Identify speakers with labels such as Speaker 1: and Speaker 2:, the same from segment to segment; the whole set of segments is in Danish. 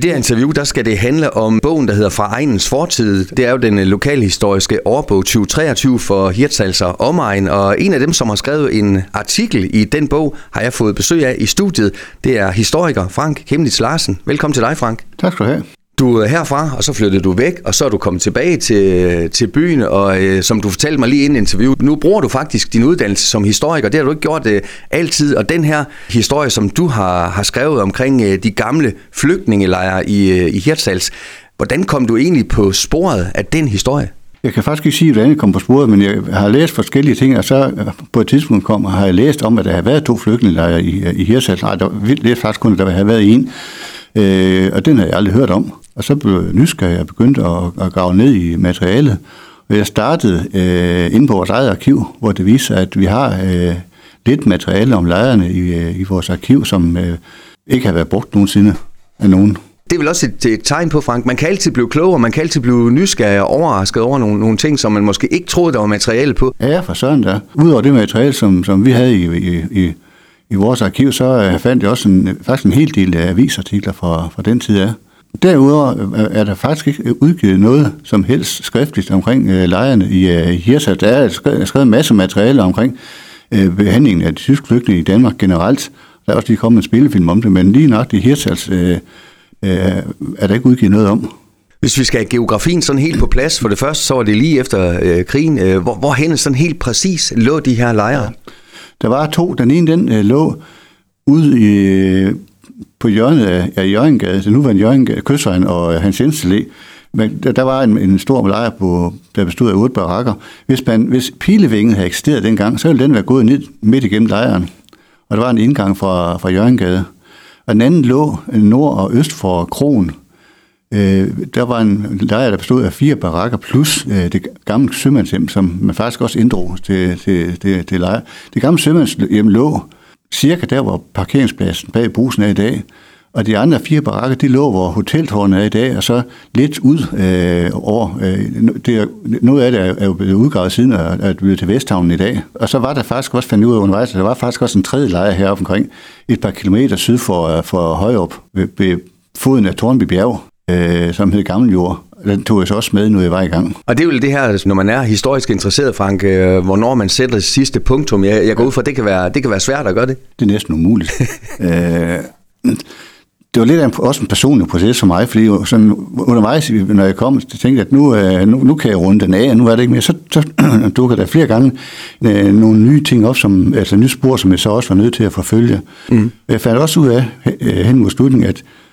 Speaker 1: det her interview, der skal det handle om bogen, der hedder Fra egnens fortid. Det er jo den lokalhistoriske årbog 2023 for Hirtshals og omegn, og en af dem, som har skrevet en artikel i den bog, har jeg fået besøg af i studiet. Det er historiker Frank Chemnitz Larsen. Velkommen til dig, Frank.
Speaker 2: Tak skal du have.
Speaker 1: Du er herfra, og så flyttede du væk, og så er du kommet tilbage til byen, og som du fortalte mig lige inden interviewet, nu bruger du faktisk din uddannelse som historiker. Det har du ikke gjort altid, og den her historie, som du har skrevet omkring de gamle flygtningelejre i Hirtshals, hvordan kom du egentlig på sporet af den historie?
Speaker 2: Jeg kan faktisk ikke sige, hvordan jeg kom på sporet, men jeg har læst forskellige ting, og så på et tidspunkt har jeg læst om, at der har været 2 flygtningelejre i Hirtshals. Nej, der læste faktisk kun, at der havde været en, og den har jeg aldrig hørt om. Og så blev jeg nysgerrig og begyndte at grave ned i materialet. Og jeg startede inde på vores eget arkiv, hvor det viser, at vi har lidt materiale om lejrene i vores arkiv, som ikke har været brugt nogensinde af nogen.
Speaker 1: Det er vel også et tegn på, Frank. Man kan altid blive klogere, man kan altid blive nysgerrig og overrasket over nogle ting, som man måske ikke troede, der var materiale på.
Speaker 2: Ja, for sådan der. Udover det materiale, som vi havde i vores arkiv, så fandt jeg også faktisk en hel del avisartikler fra den tid af. Derudover er der faktisk ikke udgivet noget som helst skriftligt omkring lejrene i Hirtshals. Der er skrevet en masse materiale omkring behandlingen af de tyske flygtninge i Danmark generelt. Der er også lige kommet en spillefilm om det, men lige nok i Hirtshals er der ikke udgivet noget om.
Speaker 1: Hvis vi skal have geografien sådan helt på plads, for det første, så var det lige efter krigen. Hvorhen sådan helt præcis lå de her lejre?
Speaker 2: Der var 2. Den ene, den lå ude på hjørnet af Hjørringgade, den nuværende Hjørringgade, Kydsvejen og Hans Jensens Allé. Men der var en stor lejr, der bestod af 8 barakker. Hvis Pilevingen havde eksisteret dengang, så ville den være gået ned midt igennem lejren. Og der var en indgang fra Hjørringgade. Og den anden lå nord og øst for Krogen. Der var en lejr, der bestod af 4 barakker, plus det gamle sømandshjem, som man faktisk også inddrog til lejr. Det gamle sømandshjem lå cirka der, hvor parkeringspladsen bag Brugsen er i dag. Og de andre 4 barakker, de lå, hvor hoteltårnet er i dag, og så lidt ud over. Noget af det er jo blevet udgravet siden at blive til Vesthavnen i dag. Og så var der faktisk også, fandt ud af undervejs, der var faktisk også en 3. lejr heroppe omkring, et par kilometer syd for Højerup, ved foden af Tårnby Bjerg, som hed Gammeljord. Den tog jeg så også med, når jeg var i gang. Og
Speaker 1: det er vel det her, når man er historisk interesseret, Frank, hvornår man sætter det sidste punktum. Jeg går ud fra, at det kan være svært at gøre det.
Speaker 2: Det er næsten umuligt. Det var lidt også en personlig proces for mig, fordi sådan, undervejs, når jeg kom, så tænkte jeg, at nu kan jeg runde den af, og nu er det ikke mere. Så dukker der flere gange nogle nye ting op, altså nye spor, som jeg så også var nødt til at forfølge. Jeg fandt også ud af, hen mod slutningen,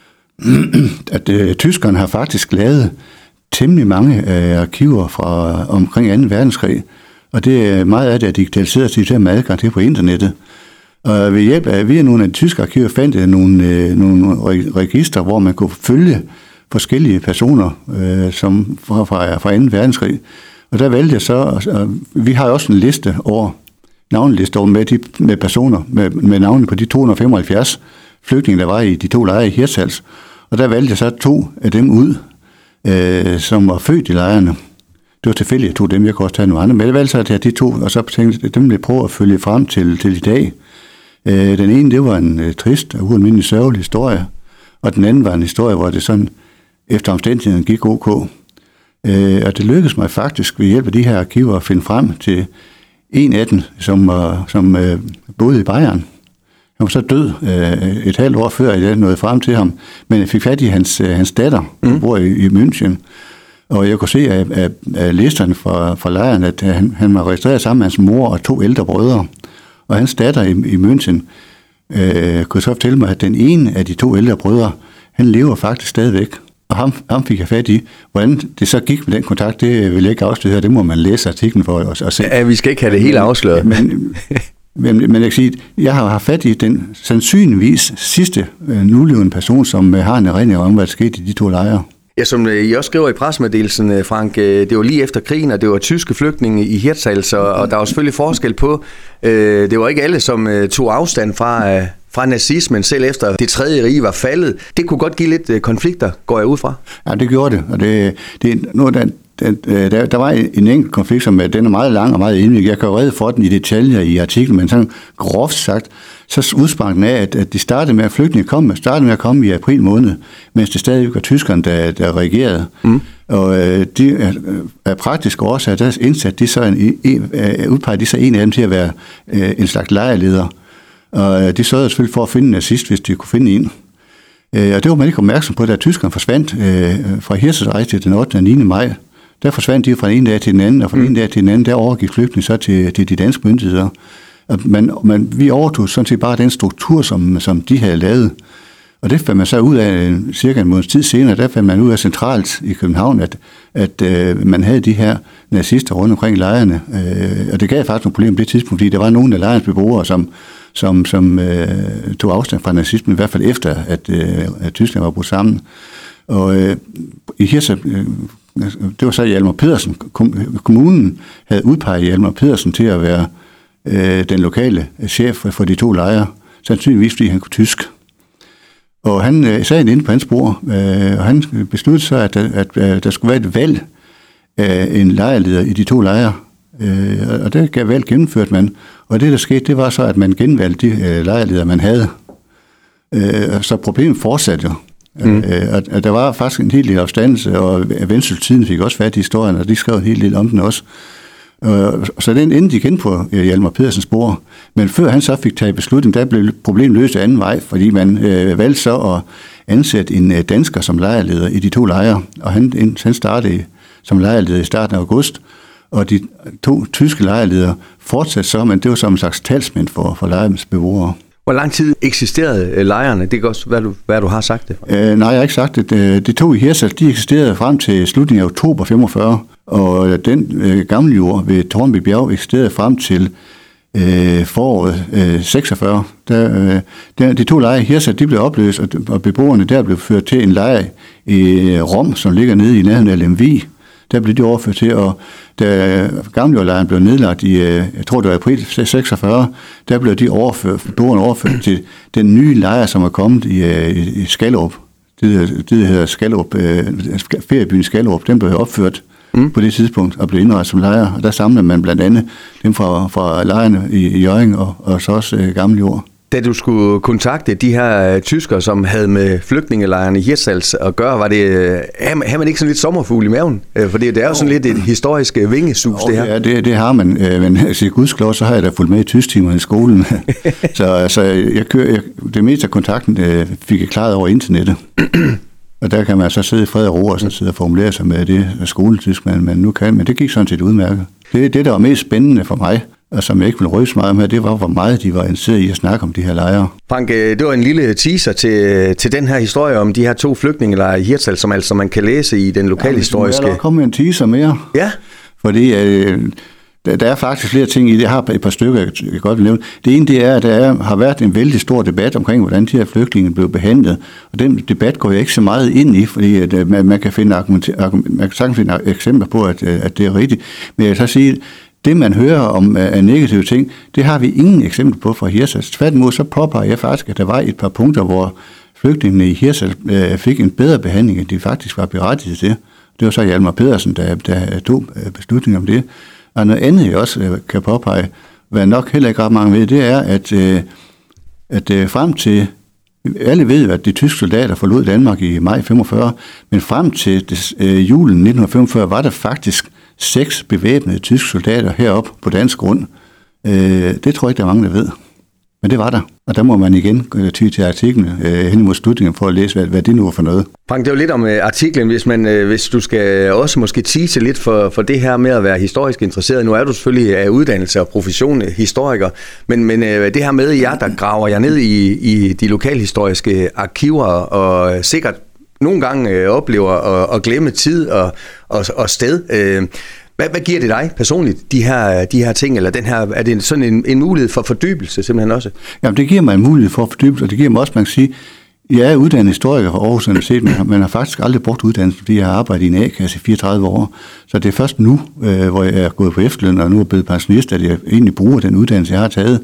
Speaker 2: at tyskerne har faktisk lavet temmelig mange arkiver fra omkring 2. verdenskrig, og det er meget af det er digitaliseret, så det er med adgang til på internettet. Og ved hjælp af, via nogle af de tyske arkiver fandt jeg nogle registre, hvor man kunne følge forskellige personer som fra 2. verdenskrig. Og der valgte jeg så, vi har også en liste over, navneliste over med personer, med navnene på de 275 flygtninge, der var i de 2 lejre i Hirtshals. Og der valgte jeg så 2 af dem ud, som var født i lejrene. Det var tilfældigt, jeg tog dem, jeg kunne også tage nogle andre. Men jeg valgte så at tage de 2, og så tænkte jeg, dem vil jeg prøve at følge frem til i dag. Den ene, det var en trist og ualmindelig sørgelig historie, og den anden var en historie, hvor det sådan efter omstændigheden gik ok. Og det lykkedes mig faktisk ved hjælp af de her arkiver at finde frem til en af dem, som boede i Bayern. Han var så død et halvt år før, jeg nåede frem til ham, men jeg fik fat i hans datter, der bor i München. Og jeg kunne se af listerne fra lejren, at han var registreret sammen med hans mor og 2 ældre brødre. Og hans datter i München kunne så fortælle mig, at den ene af de 2 ældre brødre, han lever faktisk stadigvæk. Og ham fik jeg fat i. Hvordan det så gik med den kontakt, det vil jeg ikke afsløre her. Det må man læse artiklen for at se.
Speaker 1: Ja, vi skal ikke have det helt afsløret.
Speaker 2: Men jeg kan sige, jeg har haft fat i den sandsynligvis sidste nulevende person, som har en erindring om, hvad der skete i de 2 lejre.
Speaker 1: Ja, som I også skriver i pressemeddelelsen, Frank, det var lige efter krigen, og det var tyske flygtninge i Hirtshals, og der var selvfølgelig forskel på. Det var ikke alle, som tog afstand fra nazismen, selv efter det 3. rige var faldet. Det kunne godt give lidt konflikter, går jeg ud fra.
Speaker 2: Ja, det gjorde det, og det er noget, der var en enkelt konflikt, som den er meget lang og meget indviklet. Jeg kan jo redde for den i detaljer i artiklen, men sådan groft sagt, så udsprang den af, at de startede med, at flygtninge startede med at komme i april måned, mens det stadig var tyskerne, der regerede. Og de af praktiske årsager, der indsatte de så udpegede de så en af dem til at være en slags lejrleder. Og de sørgede selvfølgelig for at finde en nazist, hvis de kunne finde en. Og det var man ikke opmærksom på, da tyskerne forsvandt fra Hirtshals til den 8. og 9. maj. Der forsvandt de fra den ene dag til den anden, og fra den ene dag til den anden, der overgik flygtninge så til de danske myndigheder. Men vi overtog sådan set bare den struktur, som de havde lavet. Og det fandt man så ud af cirka en måneds tid senere, der fandt man ud af centralt i København, at man havde de her nazister rundt omkring lejrene. Og det gav faktisk nogle problemer på det tidspunkt, fordi der var nogle af lejrens beboere, som tog afstand fra nazismen, i hvert fald efter, at Tyskland var brudt sammen. Og i Hirtshals, det var så Hjalmar Pedersen, kommunen havde udpeget Hjalmar Pedersen til at være den lokale chef for de to lejre, sandsynligvis fordi han kunne tysk. Og han sad inde på hans bord, og han besluttede så, at der skulle være et valg af en lejrleder i de to lejre. Og det gav valg gennemført man. Og det, der skete, det var så, at man genvalgte de lejrledere, man havde. Så problemet fortsatte jo. Og der var faktisk en hel del afstandelse, og Vendsyssel-tiden fik også fat i historien, og de skrev en hel del om den også. Så den endte igen på Hjalmar Pedersens spor. Men før han så fik taget beslutning, der blev problemet løst anden vej, fordi man valgte så at ansætte en dansker som lejrleder i de to lejre. Og han startede som lejrleder i starten af august, og de to tyske lejrledere fortsatte så, men det var som en slags talsmænd for lejrens beboere.
Speaker 1: Hvor lang tid eksisterede lejrene? Det kan også være, du har sagt det.
Speaker 2: Nej, jeg har ikke sagt det. De to i Hirtshals, de eksisterede frem til slutningen af oktober 45, og den gamle jord ved Tårnby Bjerg eksisterede frem til foråret 46. De to lejre i Hirtshals, de blev opløst, og beboerne der blev ført til en lejr i Rom, som ligger nede i nærheden af Lemvig. Der blev de overført til, og da Gamleljordlejren blev nedlagt i, jeg tror det var april 46, der blev beboerne overført til den nye lejr, som er kommet i Skallerup. Det hedder Skallerup, feriebyen Skallerup, den blev opført på det tidspunkt og blev indrettet som lejr. Og der samlede man blandt andet dem fra lejrene i Hjørring og så også Gamleljord.
Speaker 1: Da du skulle kontakte de her tyskere, som havde med flygtningelejrene i Hirtshals at gøre, havde man ikke sådan lidt sommerfugl i maven? For det er jo sådan lidt et historisk vingesus, det her.
Speaker 2: Ja, det har man. Men til gudskelov, så har jeg da fulgt med i tysktimerne i skolen. så det meste af kontakten fik jeg klaret over internettet. Og der kan man så sidde i fred og ro og sidde og formulere sig med det skoletysk, man nu kan. Men det gik sådan set udmærket. Det, der var mest spændende for mig, og som jeg ikke ville røse meget med, det var, hvor meget de var interesseret i at snakke om de her lejre.
Speaker 1: Frank, det var en lille teaser til den her historie om de her to flygtningelejre i Hirtshals, som altså man kan læse i den lokalhistoriske...
Speaker 2: Ja, der kommer en teaser mere.
Speaker 1: Ja.
Speaker 2: Fordi der er faktisk flere ting i det. Jeg har et par stykker, jeg godt vil nævne. Det ene, det er, at der har været en vældig stor debat omkring, hvordan de her flygtninge blev behandlet. Og den debat går jeg ikke så meget ind i, fordi at man kan sagtens finde eksempler på, at det er rigtigt. Men jeg kan så sige, det, man hører om af negative ting, det har vi ingen eksempler på fra Hirtshals. Tværtimod så påpeger jeg faktisk, at der var et par punkter, hvor flygtningene i Hirtshals fik en bedre behandling, end de faktisk var berettiget til. Det var så Hjalmar Pedersen, der tog beslutningen om det. Og noget andet, jeg også kan påpege, hvad nok heller ikke ret mange ved, det er, at frem til... Alle ved jo, at de tyske soldater forlod Danmark i maj 45, men frem til julen 1945 var der faktisk 6 bevæbnede tyske soldater heroppe på dansk grund. Det tror jeg ikke, der er mange, der ved. Men det var der. Og der må man igen ty til artiklen hen imod slutningen for at læse, hvad det nu var for noget.
Speaker 1: Frank, det er jo lidt om artiklen, hvis du skal også måske tease lidt for det her med at være historisk interesseret. Nu er du selvfølgelig af uddannelse og profession historiker, men det her med jer, der graver jer ned i de lokalhistoriske arkiver og sikkert nogle gange oplever at glemme tid og sted. Hvad giver det dig personligt, de her ting, eller er det sådan en mulighed for fordybelse simpelthen også?
Speaker 2: Jamen, det giver mig en mulighed for fordybelse, og det giver mig også, man kan sige, jeg er uddannet historiker fra Aarhus Universitet, men har faktisk aldrig brugt uddannelse, fordi jeg har arbejdet i en A-kasse i 34 år. Så det er først nu, hvor jeg er gået på efterløn, og nu er blevet pensionist, at jeg egentlig bruger den uddannelse, jeg har taget.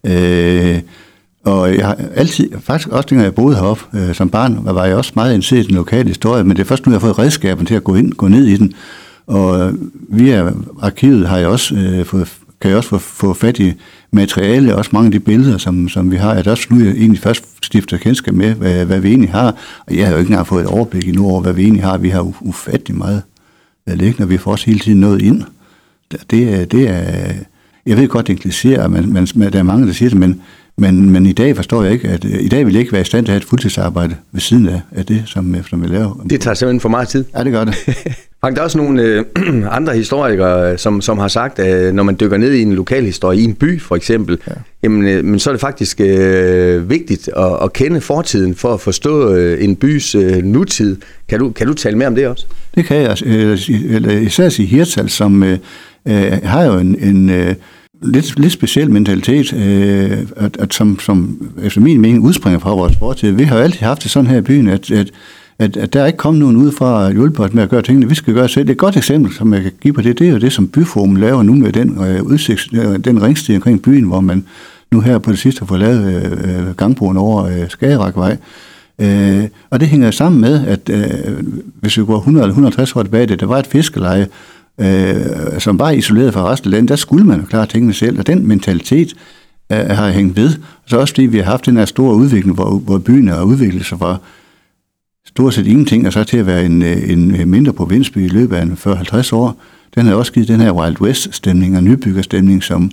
Speaker 2: Og jeg har altid, faktisk også dengang jeg boede heroppe som barn, var jeg også meget interesseret i den lokale historie, men det er først nu, jeg har fået redskaben til at gå ned i den. Og via arkivet har jeg også kan jeg også få fat i materiale, også mange af de billeder, som vi har. Jeg også nu egentlig først stifter kendskab med, hvad vi egentlig har. Og jeg har jo ikke engang fået et overblik endnu over, hvad vi egentlig har. Vi har ufattelig meget liggende, og vi får også hele tiden noget ind. Det er jeg ved godt, det er klichéer, men der er mange, der siger det, men i dag forstår jeg ikke, at i dag vil jeg ikke være i stand til at have et fuldtidsarbejde ved siden af det, som vi laver.
Speaker 1: Det tager simpelthen for meget tid.
Speaker 2: Ja, det gør det.
Speaker 1: Frank, der er også nogle andre historikere, som har sagt, at når man dykker ned i en lokalhistorie, i en by for eksempel, men så er det faktisk vigtigt at kende fortiden for at forstå en bys nutid. Kan du tale mere om det også?
Speaker 2: Det kan jeg. Især sige Hirtshals, som har jo en lidt speciel mentalitet, som efter min mening udspringer fra vores fortid. Vi har jo altid haft det sådan her i byen, at der er ikke kommet nogen udefra at hjælpe os med at gøre tingene. Vi skal gøre selv. Det er et godt eksempel, som jeg kan give på det. Det er jo det, som Byforum laver nu med den ringsti omkring byen, hvor man nu her på det sidste har fået lavet gangbroen over Skagerakvej. Og det hænger sammen med, at hvis vi går 100 eller 150 år tilbage, der var et fiskeleje, som var isoleret fra resten af landet, der skulle man jo klare tingene selv, og den mentalitet har hængt ved. Så også fordi vi har haft den her store udvikling, hvor byen har udviklet sig fra stort set ingenting, og så til at være en mindre provinsby i løbet af 40-50 år. Den har også givet den her Wild West-stemning og nybyggerstemning, som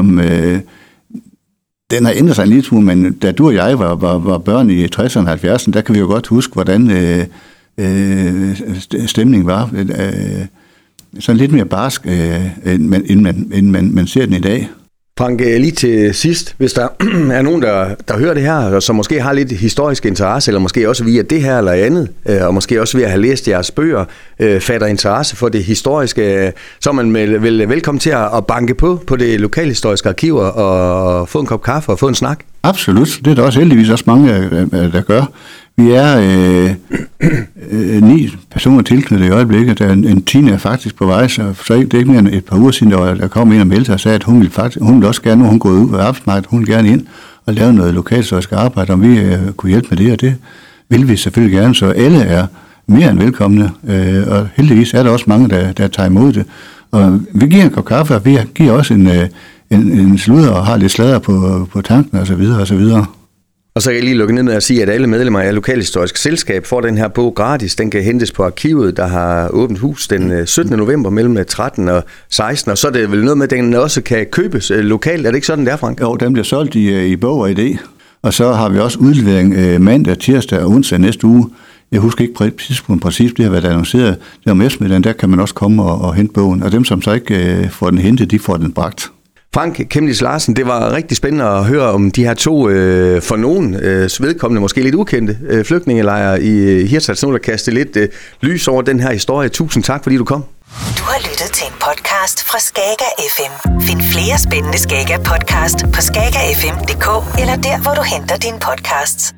Speaker 2: den har ændret sig en lille smule, men da du og jeg var børn i 60'erne og 70'erne, der kan vi jo godt huske, hvordan stemningen var. Sådan lidt mere barsk, end man ser den i dag.
Speaker 1: Frank, lige til sidst, hvis der er nogen, der hører det her, og som måske har lidt historisk interesse, eller måske også via det her eller andet, og måske også ved at have læst jeres bøger, fatter interesse for det historiske, så er man vel velkommen til at banke på det lokalhistoriske arkiv og få en kop kaffe og få en snak.
Speaker 2: Absolut. Det er der også heldigvis også mange, der gør. Vi er 9 personer tilknyttet i øjeblikket. Der er en 10 er faktisk på vej, så det er ikke mere end et par uger siden, der kom en og meldte og sagde, at hun ville også gerne, nu hun gået ud af arbejdsmarkedet, hun vil gerne ind og lave noget lokalhistorisk arbejde, om vi kunne hjælpe med det, og det vil vi selvfølgelig gerne, så alle er mere end velkomne, og heldigvis er der også mange, der tager imod det. Og vi giver en kop kaffe, og vi giver også en sludder og har lidt sladder på tanken, og så videre, og så videre.
Speaker 1: Og så kan jeg lige lukke ned med at sige, at alle medlemmer af Lokalhistorisk Selskab får den her bog gratis. Den kan hentes på arkivet, der har åbent hus den 17. november mellem 13 og 16. Og så er det vel noget med, at den også kan købes lokalt. Er det ikke sådan, der, Frank?
Speaker 2: Jo, den bliver solgt i Bog og Idé. Og så har vi også udlevering mandag, tirsdag og onsdag næste uge. Jeg husker ikke præcis, det har været annonceret. Det om eftermiddagen, der kan man også komme og hente bogen. Og dem, som så ikke får den hentet, de får den bragt.
Speaker 1: Frank Chemnitz Larsen, det var rigtig spændende at høre om de her to, for nogen vedkommende, måske lidt ukendte flygtningelejre i Hirtshals, der kaste lidt lys over den her historie. Tusind tak, fordi du kom.
Speaker 3: Du har lyttet til en podcast fra Skager FM. Find flere spændende Skager podcast på skagerfm.dk eller der, hvor du henter dine podcasts.